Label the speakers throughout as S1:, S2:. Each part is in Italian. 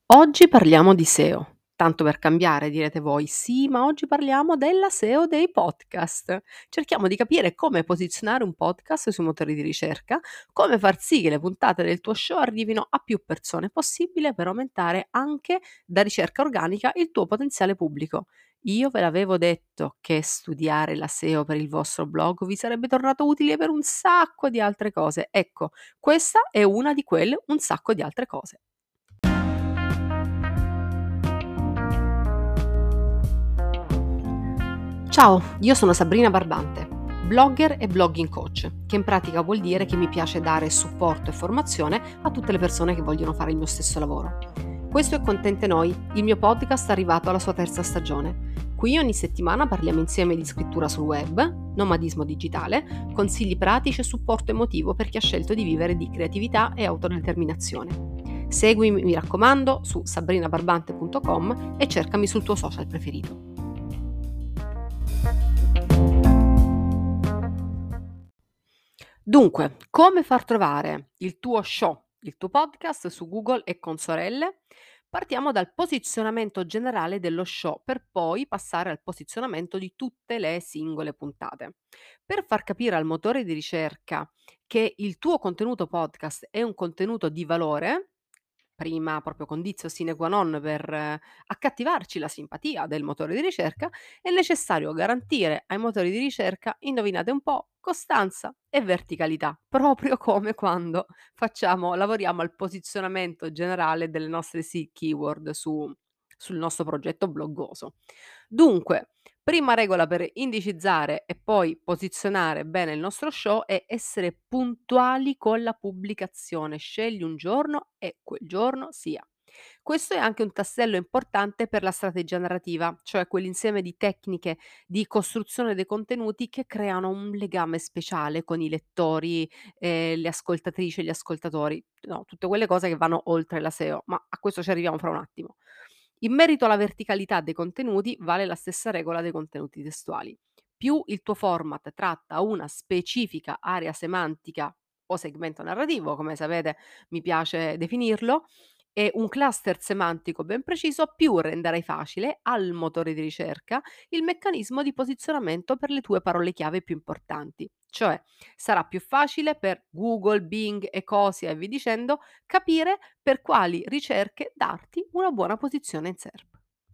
S1: Oggi parliamo di SEO. Tanto per cambiare, direte voi. Sì, ma oggi parliamo della SEO dei podcast. Cerchiamo di capire come posizionare un podcast sui motori di ricerca, come far sì che le puntate del tuo show arrivino a più persone possibile per aumentare anche da ricerca organica il tuo potenziale pubblico. Io ve l'avevo detto che studiare la SEO per il vostro blog vi sarebbe tornato utile per un sacco di altre cose. Ecco, questa è una di quelle un sacco di altre cose. Ciao, io sono Sabrina Barbante, blogger e blogging coach, che in pratica vuol dire che mi piace dare supporto e formazione a tutte le persone che vogliono fare il mio stesso lavoro. Questo è Contente Noi, il mio podcast arrivato alla sua terza stagione. Qui ogni settimana parliamo insieme di scrittura sul web, nomadismo digitale, consigli pratici e supporto emotivo per chi ha scelto di vivere di creatività e autodeterminazione. Seguimi, mi raccomando, su sabrinabarbante.com e cercami sul tuo social preferito. Dunque, come far trovare il tuo show, il tuo podcast su Google e consorelle? Partiamo dal posizionamento generale dello show per poi passare al posizionamento di tutte le singole puntate. Per far capire al motore di ricerca che il tuo contenuto podcast è un contenuto di valore, prima proprio condizio sine qua non per accattivarci la simpatia del motore di ricerca, è necessario garantire ai motori di ricerca, indovinate un po', costanza e verticalità, proprio come quando lavoriamo al posizionamento generale delle nostre keyword sul nostro progetto bloggoso. Dunque, prima regola per indicizzare e poi posizionare bene il nostro show è essere puntuali con la pubblicazione. Scegli un giorno e quel giorno sia. Questo è anche un tassello importante per la strategia narrativa, cioè quell'insieme di tecniche di costruzione dei contenuti che creano un legame speciale con i lettori, le ascoltatrici e gli ascoltatori. No, tutte quelle cose che vanno oltre la SEO, ma a questo ci arriviamo fra un attimo. In merito alla verticalità dei contenuti, vale la stessa regola dei contenuti testuali. Più il tuo format tratta una specifica area semantica o segmento narrativo, come sapete mi piace definirlo, e un cluster semantico ben preciso, più renderai facile al motore di ricerca il meccanismo di posizionamento per le tue parole chiave più importanti. Cioè sarà più facile per Google, Bing, Ecosia e via dicendo capire per quali ricerche darti una buona posizione in SERP.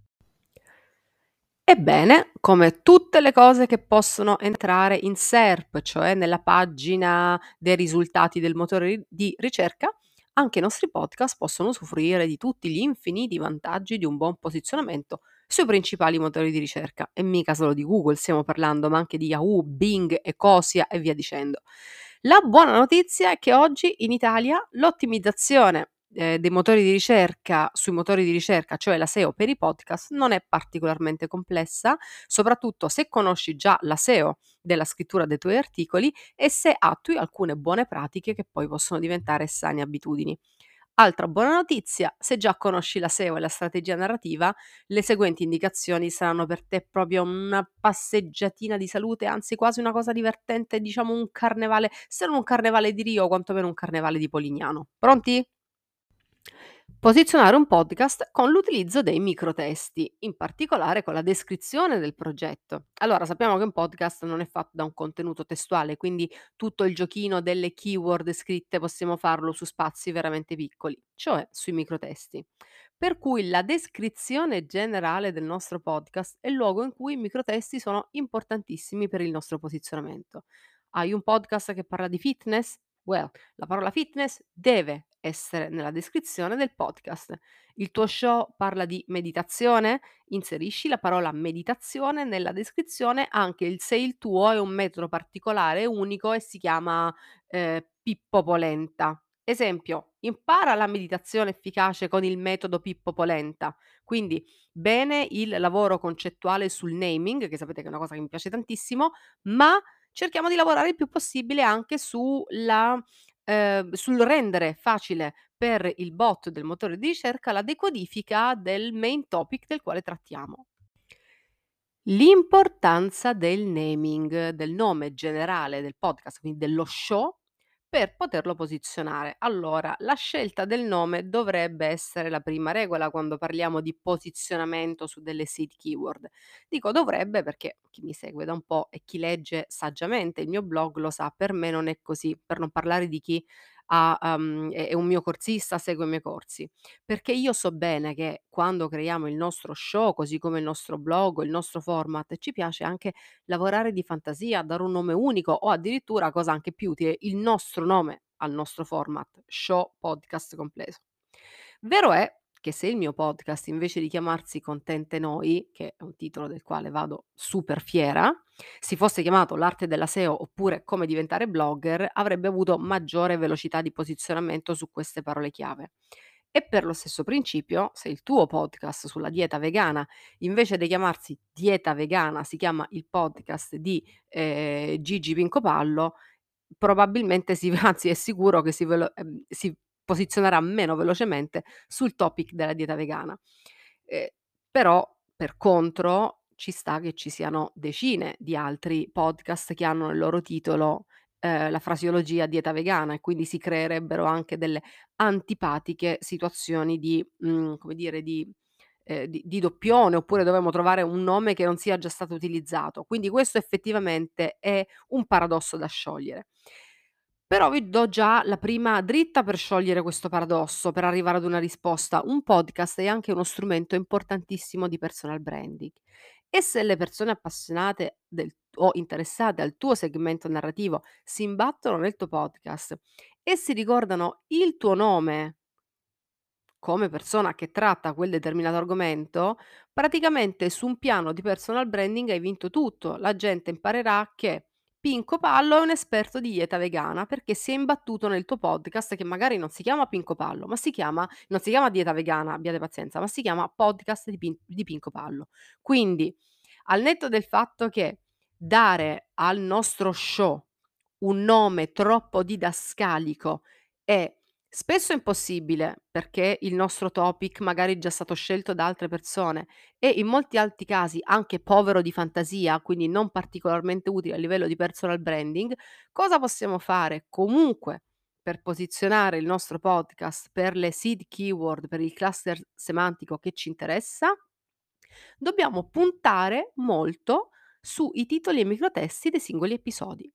S1: Ebbene, come tutte le cose che possono entrare in SERP, cioè nella pagina dei risultati del motore di ricerca, anche i nostri podcast possono usufruire di tutti gli infiniti vantaggi di un buon posizionamento sui principali motori di ricerca. E mica solo di Google stiamo parlando, ma anche di Yahoo, Bing, Ecosia e via dicendo. La buona notizia è che oggi in Italia l'ottimizzazione dei motori di ricerca sui motori di ricerca, cioè la SEO per i podcast, non è particolarmente complessa, soprattutto se conosci già la SEO della scrittura dei tuoi articoli e se attui alcune buone pratiche che poi possono diventare sane abitudini. Altra buona notizia, se già conosci la SEO e la strategia narrativa, le seguenti indicazioni saranno per te proprio una passeggiatina di salute, anzi quasi una cosa divertente, diciamo un carnevale, se non un carnevale di Rio, quantomeno un carnevale di Polignano. Pronti? Posizionare un podcast con l'utilizzo dei microtesti, in particolare con la descrizione del progetto. Allora, sappiamo che un podcast non è fatto da un contenuto testuale, quindi tutto il giochino delle keyword scritte possiamo farlo su spazi veramente piccoli, cioè sui microtesti. Per cui la descrizione generale del nostro podcast è il luogo in cui i microtesti sono importantissimi per il nostro posizionamento. Hai un podcast che parla di fitness? Well, la parola fitness deve essere nella descrizione del podcast. Il tuo show parla di meditazione? Inserisci la parola meditazione nella descrizione anche se il tuo è un metodo particolare e unico e si chiama Pippo Polenta. Esempio, impara la meditazione efficace con il metodo Pippo Polenta. Quindi bene il lavoro concettuale sul naming, che sapete che è una cosa che mi piace tantissimo, ma cerchiamo di lavorare il più possibile anche sul rendere facile per il bot del motore di ricerca la decodifica del main topic del quale trattiamo. L'importanza del naming, del nome generale del podcast, quindi dello show, per poterlo posizionare. Allora, la scelta del nome dovrebbe essere la prima regola quando parliamo di posizionamento su delle seed keyword. Dico dovrebbe perché chi mi segue da un po' e chi legge saggiamente il mio blog lo sa, per me non è così, per non parlare di chi è un mio corsista, segue i miei corsi, perché io so bene che quando creiamo il nostro show, così come il nostro blog o il nostro format, ci piace anche lavorare di fantasia, dare un nome unico o addirittura, cosa anche più utile, il nostro nome al nostro format, show, podcast compreso. Vero è che se il mio podcast invece di chiamarsi Contente Noi, che è un titolo del quale vado super fiera, si fosse chiamato L'arte della SEO oppure Come diventare blogger, avrebbe avuto maggiore velocità di posizionamento su queste parole chiave. E per lo stesso principio, se il tuo podcast sulla dieta vegana invece di chiamarsi Dieta Vegana si chiama il podcast di, Gigi Pincopallo, probabilmente si anzi è sicuro che si posizionerà meno velocemente sul topic della dieta vegana. Ehm, Però per contro ci sta che ci siano decine di altri podcast che hanno nel loro titolo, la frasiologia dieta vegana e quindi si creerebbero anche delle antipatiche situazioni di come dire, di doppione, oppure dovremmo trovare un nome che non sia già stato utilizzato. Quindi questo effettivamente è un paradosso da sciogliere. Però vi do già la prima dritta per sciogliere questo paradosso, per arrivare ad una risposta. Un podcast è anche uno strumento importantissimo di personal branding. E se le persone appassionate o interessate al tuo segmento narrativo si imbattono nel tuo podcast e si ricordano il tuo nome come persona che tratta quel determinato argomento, praticamente su un piano di personal branding hai vinto tutto. La gente imparerà che Pinco Pallo è un esperto di dieta vegana perché si è imbattuto nel tuo podcast che magari non si chiama Pinco Pallo, ma non si chiama dieta vegana, abbiate pazienza, ma si chiama podcast di Pinco Pallo. Quindi, al netto del fatto che dare al nostro show un nome troppo didascalico è spesso impossibile, perché il nostro topic magari è già stato scelto da altre persone e in molti altri casi anche povero di fantasia, quindi non particolarmente utile a livello di personal branding, cosa possiamo fare comunque per posizionare il nostro podcast per le seed keyword, per il cluster semantico che ci interessa? Dobbiamo puntare molto sui titoli e microtesti dei singoli episodi.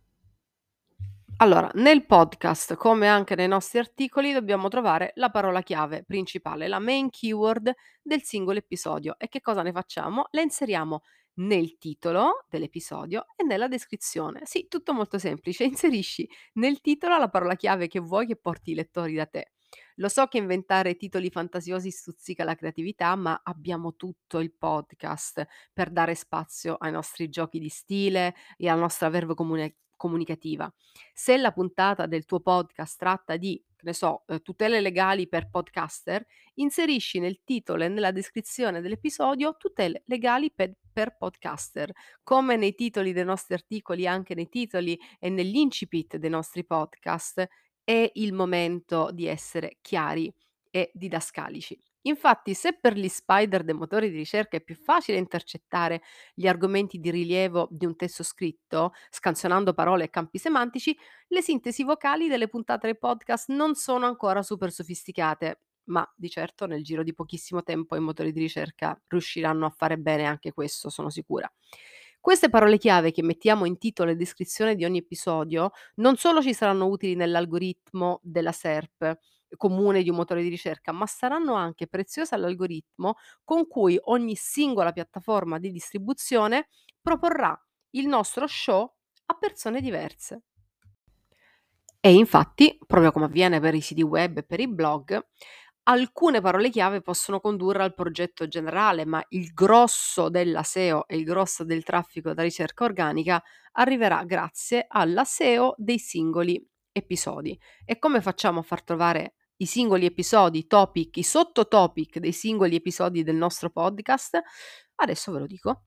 S1: Allora, nel podcast, come anche nei nostri articoli, dobbiamo trovare la parola chiave principale, la main keyword del singolo episodio. E che cosa ne facciamo? La inseriamo nel titolo dell'episodio e nella descrizione. Sì, tutto molto semplice. Inserisci nel titolo la parola chiave che vuoi che porti i lettori da te. Lo so che inventare titoli fantasiosi stuzzica la creatività, ma abbiamo tutto il podcast per dare spazio ai nostri giochi di stile e alla nostra verve comunicativa. Se la puntata del tuo podcast tratta di, che ne so, tutele legali per podcaster, inserisci nel titolo e nella descrizione dell'episodio tutele legali per podcaster. Come nei titoli dei nostri articoli, anche nei titoli e nell'incipit dei nostri podcast, è il momento di essere chiari e didascalici. Infatti, se per gli spider dei motori di ricerca è più facile intercettare gli argomenti di rilievo di un testo scritto, scansionando parole e campi semantici, le sintesi vocali delle puntate del podcast non sono ancora super sofisticate, ma di certo nel giro di pochissimo tempo i motori di ricerca riusciranno a fare bene anche questo, sono sicura. Queste parole chiave che mettiamo in titolo e descrizione di ogni episodio non solo ci saranno utili nell'algoritmo della SERP comune di un motore di ricerca, ma saranno anche preziose all'algoritmo con cui ogni singola piattaforma di distribuzione proporrà il nostro show a persone diverse. E infatti, proprio come avviene per i siti web e per i blog, alcune parole chiave possono condurre al progetto generale, ma il grosso della SEO e il grosso del traffico da ricerca organica arriverà grazie alla SEO dei singoli episodi. E come facciamo a far trovare i singoli episodi, topic, i sottotopic dei singoli episodi del nostro podcast? Adesso ve lo dico.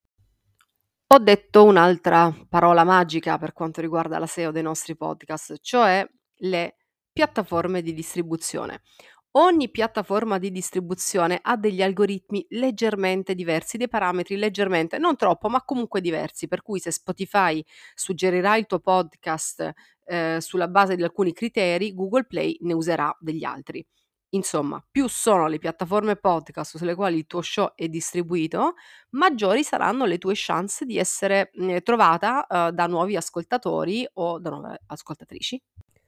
S1: Ho detto un'altra parola magica per quanto riguarda la SEO dei nostri podcast, cioè le piattaforme di distribuzione. Ogni piattaforma di distribuzione ha degli algoritmi leggermente diversi, dei parametri leggermente, non troppo, ma comunque diversi, per cui se Spotify suggerirà il tuo podcast sulla base di alcuni criteri, Google Play ne userà degli altri. Insomma, più sono le piattaforme podcast sulle quali il tuo show è distribuito, maggiori saranno le tue chance di essere, trovata, da nuovi ascoltatori o da nuove ascoltatrici.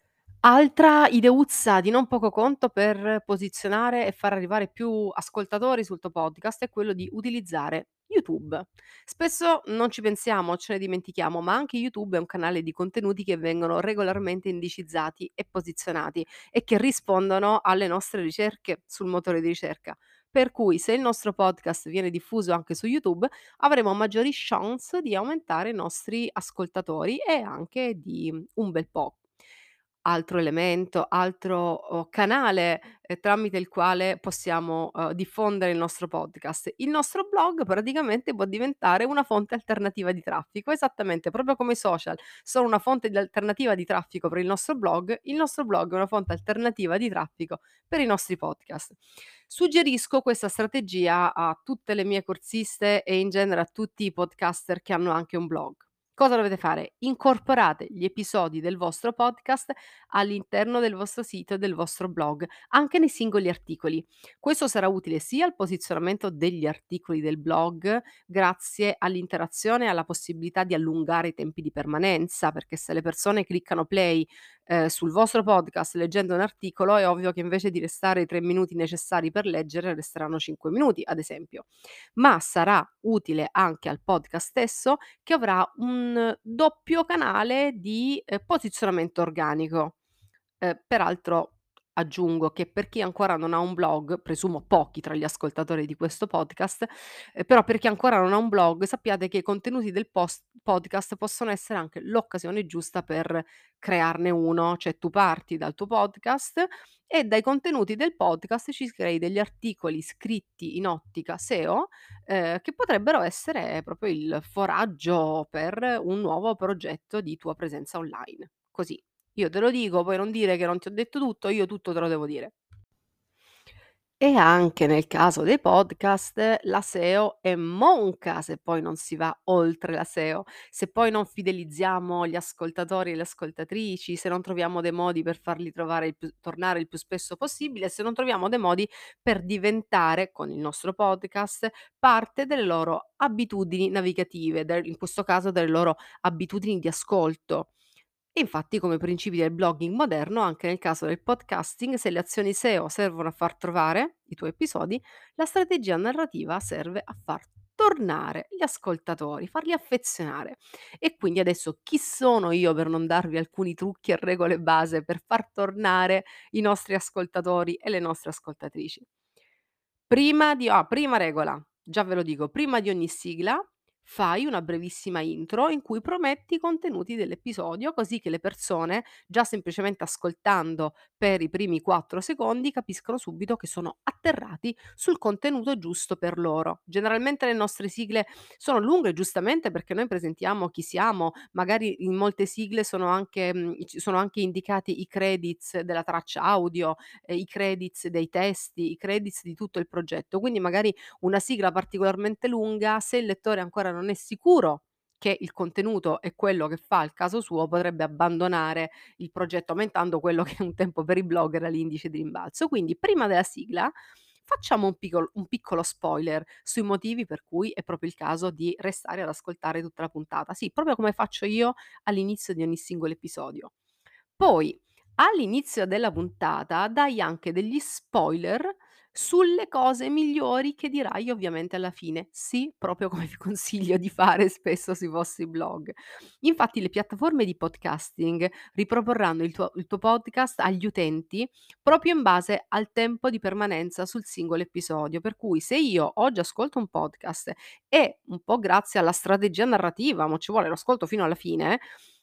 S1: Altra ideuzza di non poco conto per posizionare e far arrivare più ascoltatori sul tuo podcast è quello di utilizzare YouTube. Spesso non ci pensiamo, ce ne dimentichiamo, ma anche YouTube è un canale di contenuti che vengono regolarmente indicizzati e posizionati e che rispondono alle nostre ricerche sul motore di ricerca. Per cui se il nostro podcast viene diffuso anche su YouTube, avremo maggiori chance di aumentare i nostri ascoltatori e anche di un bel po'. Altro elemento, altro, canale, tramite il quale possiamo, diffondere il nostro podcast. Il nostro blog praticamente può diventare una fonte alternativa di traffico, esattamente, proprio come i social sono una fonte di alternativa di traffico per il nostro blog è una fonte alternativa di traffico per i nostri podcast. Suggerisco questa strategia a tutte le mie corsiste e in genere a tutti i podcaster che hanno anche un blog. Cosa dovete fare? Incorporate gli episodi del vostro podcast all'interno del vostro sito e del vostro blog, anche nei singoli articoli. Questo sarà utile sia al posizionamento degli articoli del blog, grazie all'interazione e alla possibilità di allungare i tempi di permanenza, perché se le persone cliccano play sul vostro podcast leggendo un articolo, è ovvio che invece di restare i 3 minuti necessari per leggere, resteranno 5 minuti, ad esempio. Ma sarà utile anche al podcast stesso, che avrà un doppio canale di, posizionamento organico. Peraltro aggiungo che per chi ancora non ha un blog, presumo pochi tra gli ascoltatori di questo podcast, però per chi ancora non ha un blog sappiate che i contenuti del podcast possono essere anche l'occasione giusta per crearne uno, cioè tu parti dal tuo podcast e dai contenuti del podcast ci crei degli articoli scritti in ottica SEO, che potrebbero essere proprio il foraggio per un nuovo progetto di tua presenza online. Così. Io te lo dico, poi non dire che non ti ho detto tutto, io tutto te lo devo dire. E anche nel caso dei podcast la SEO è monca se poi non si va oltre la SEO, se poi non fidelizziamo gli ascoltatori e le ascoltatrici, se non troviamo dei modi per farli trovare tornare il più spesso possibile, se non troviamo dei modi per diventare, con il nostro podcast, parte delle loro abitudini navigative, in questo caso delle loro abitudini di ascolto. E infatti, come principi del blogging moderno, anche nel caso del podcasting, se le azioni SEO servono a far trovare i tuoi episodi, la strategia narrativa serve a far tornare gli ascoltatori, farli affezionare. E quindi adesso chi sono io per non darvi alcuni trucchi e regole base per far tornare i nostri ascoltatori e le nostre ascoltatrici? Prima regola, già ve lo dico, prima di ogni sigla fai una brevissima intro in cui prometti i contenuti dell'episodio, così che le persone, già semplicemente ascoltando per i primi 4 secondi, capiscono subito che sono atterrati sul contenuto giusto per loro. Generalmente le nostre sigle sono lunghe, giustamente, perché noi presentiamo chi siamo, magari in molte sigle ci sono anche indicati i credits della traccia audio, i credits dei testi, i credits di tutto il progetto. Quindi magari una sigla particolarmente lunga, se il lettore ancora non è sicuro che il contenuto è quello che fa al caso suo, potrebbe abbandonare il progetto, aumentando quello che un tempo per i blog era l'indice di rimbalzo. Quindi prima della sigla facciamo un piccolo spoiler sui motivi per cui è proprio il caso di restare ad ascoltare tutta la puntata. Sì, proprio come faccio io all'inizio di ogni singolo episodio. Poi, all'inizio della puntata dai anche degli spoiler sulle cose migliori che dirai ovviamente alla fine. Sì, proprio come vi consiglio di fare spesso sui vostri blog. Infatti le piattaforme di podcasting riproporranno il tuo podcast agli utenti proprio in base al tempo di permanenza sul singolo episodio. Per cui se io oggi ascolto un podcast e un po' grazie alla strategia narrativa, ma ci vuole, lo ascolto fino alla fine,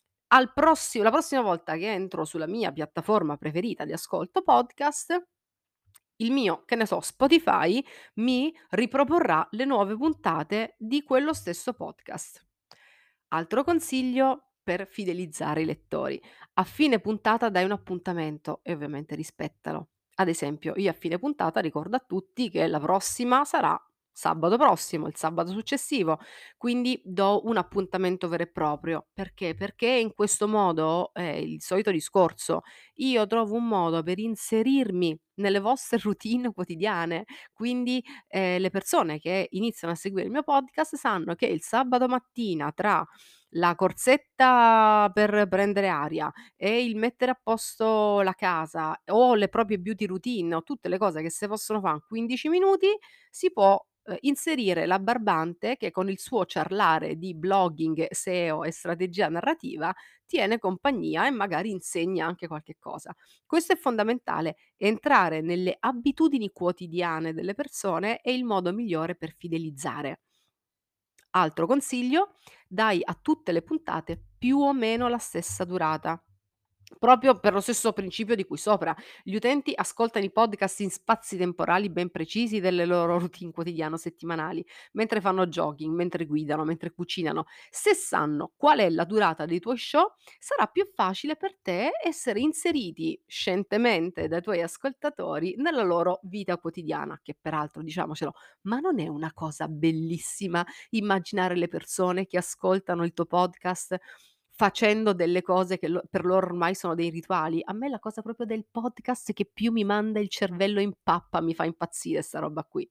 S1: la prossima volta che entro sulla mia piattaforma preferita di ascolto podcast, il mio, che ne so, Spotify mi riproporrà le nuove puntate di quello stesso podcast. Altro consiglio per fidelizzare i lettori: a fine puntata dai un appuntamento e ovviamente rispettalo. Ad esempio, io a fine puntata ricordo a tutti che la prossima sarà sabato prossimo, il sabato successivo, quindi do un appuntamento vero e proprio. Perché? Perché in questo modo, il solito discorso, io trovo un modo per inserirmi nelle vostre routine quotidiane, quindi, le persone che iniziano a seguire il mio podcast sanno che il sabato mattina tra la corsetta per prendere aria e il mettere a posto la casa o le proprie beauty routine o tutte le cose che si possono fa' in 15 minuti, si può, inserire la barbante che con il suo ciarlare di blogging, SEO e strategia narrativa tiene compagnia e magari insegna anche qualche cosa. Questo è fondamentale, entrare nelle abitudini quotidiane delle persone è il modo migliore per fidelizzare. Altro consiglio: dai a tutte le puntate più o meno la stessa durata. Proprio per lo stesso principio di cui sopra. Gli utenti ascoltano i podcast in spazi temporali ben precisi delle loro routine quotidiano-settimanali, mentre fanno jogging, mentre guidano, mentre cucinano. Se sanno qual è la durata dei tuoi show, sarà più facile per te essere inseriti scientemente dai tuoi ascoltatori nella loro vita quotidiana, che peraltro, diciamocelo, ma non è una cosa bellissima immaginare le persone che ascoltano il tuo podcast facendo delle cose che per loro ormai sono dei rituali. A me la cosa proprio del podcast che più mi manda il cervello in pappa, mi fa impazzire 'sta roba qui.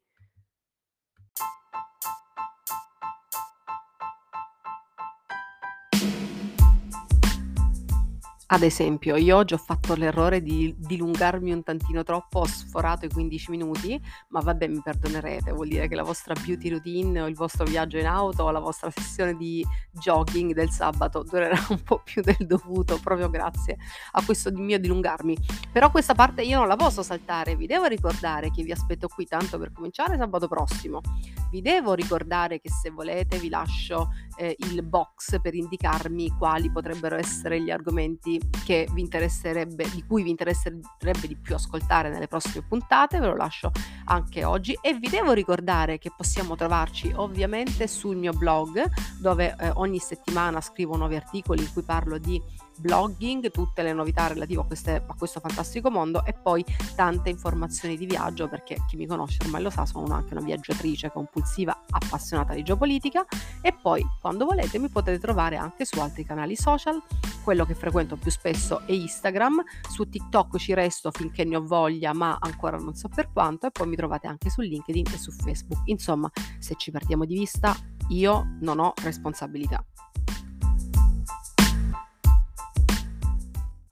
S1: Ad esempio, io oggi ho fatto l'errore di dilungarmi un tantino troppo, ho sforato i 15 minuti, ma vabbè, mi perdonerete, vuol dire che la vostra beauty routine o il vostro viaggio in auto o la vostra sessione di jogging del sabato durerà un po' più del dovuto, proprio grazie a questo mio dilungarmi. Però questa parte io non la posso saltare, vi devo ricordare che vi aspetto qui tanto per cominciare sabato prossimo. Vi devo ricordare che se volete vi lascio il box per indicarmi quali potrebbero essere gli argomenti che vi interesserebbe di cui vi interesserebbe di più ascoltare nelle prossime puntate, ve lo lascio anche oggi e vi devo ricordare che possiamo trovarci ovviamente sul mio blog dove, ogni settimana scrivo nuovi articoli in cui parlo di blogging, tutte le novità relative a questo fantastico mondo e poi tante informazioni di viaggio perché chi mi conosce ormai lo sa, sono anche una viaggiatrice compulsiva appassionata di geopolitica e poi quando volete mi potete trovare anche su altri canali social, quello che frequento più spesso è Instagram, su TikTok ci resto finché ne ho voglia ma ancora non so per quanto e poi mi trovate anche su LinkedIn e su Facebook. Insomma, se ci perdiamo di vista io non ho responsabilità.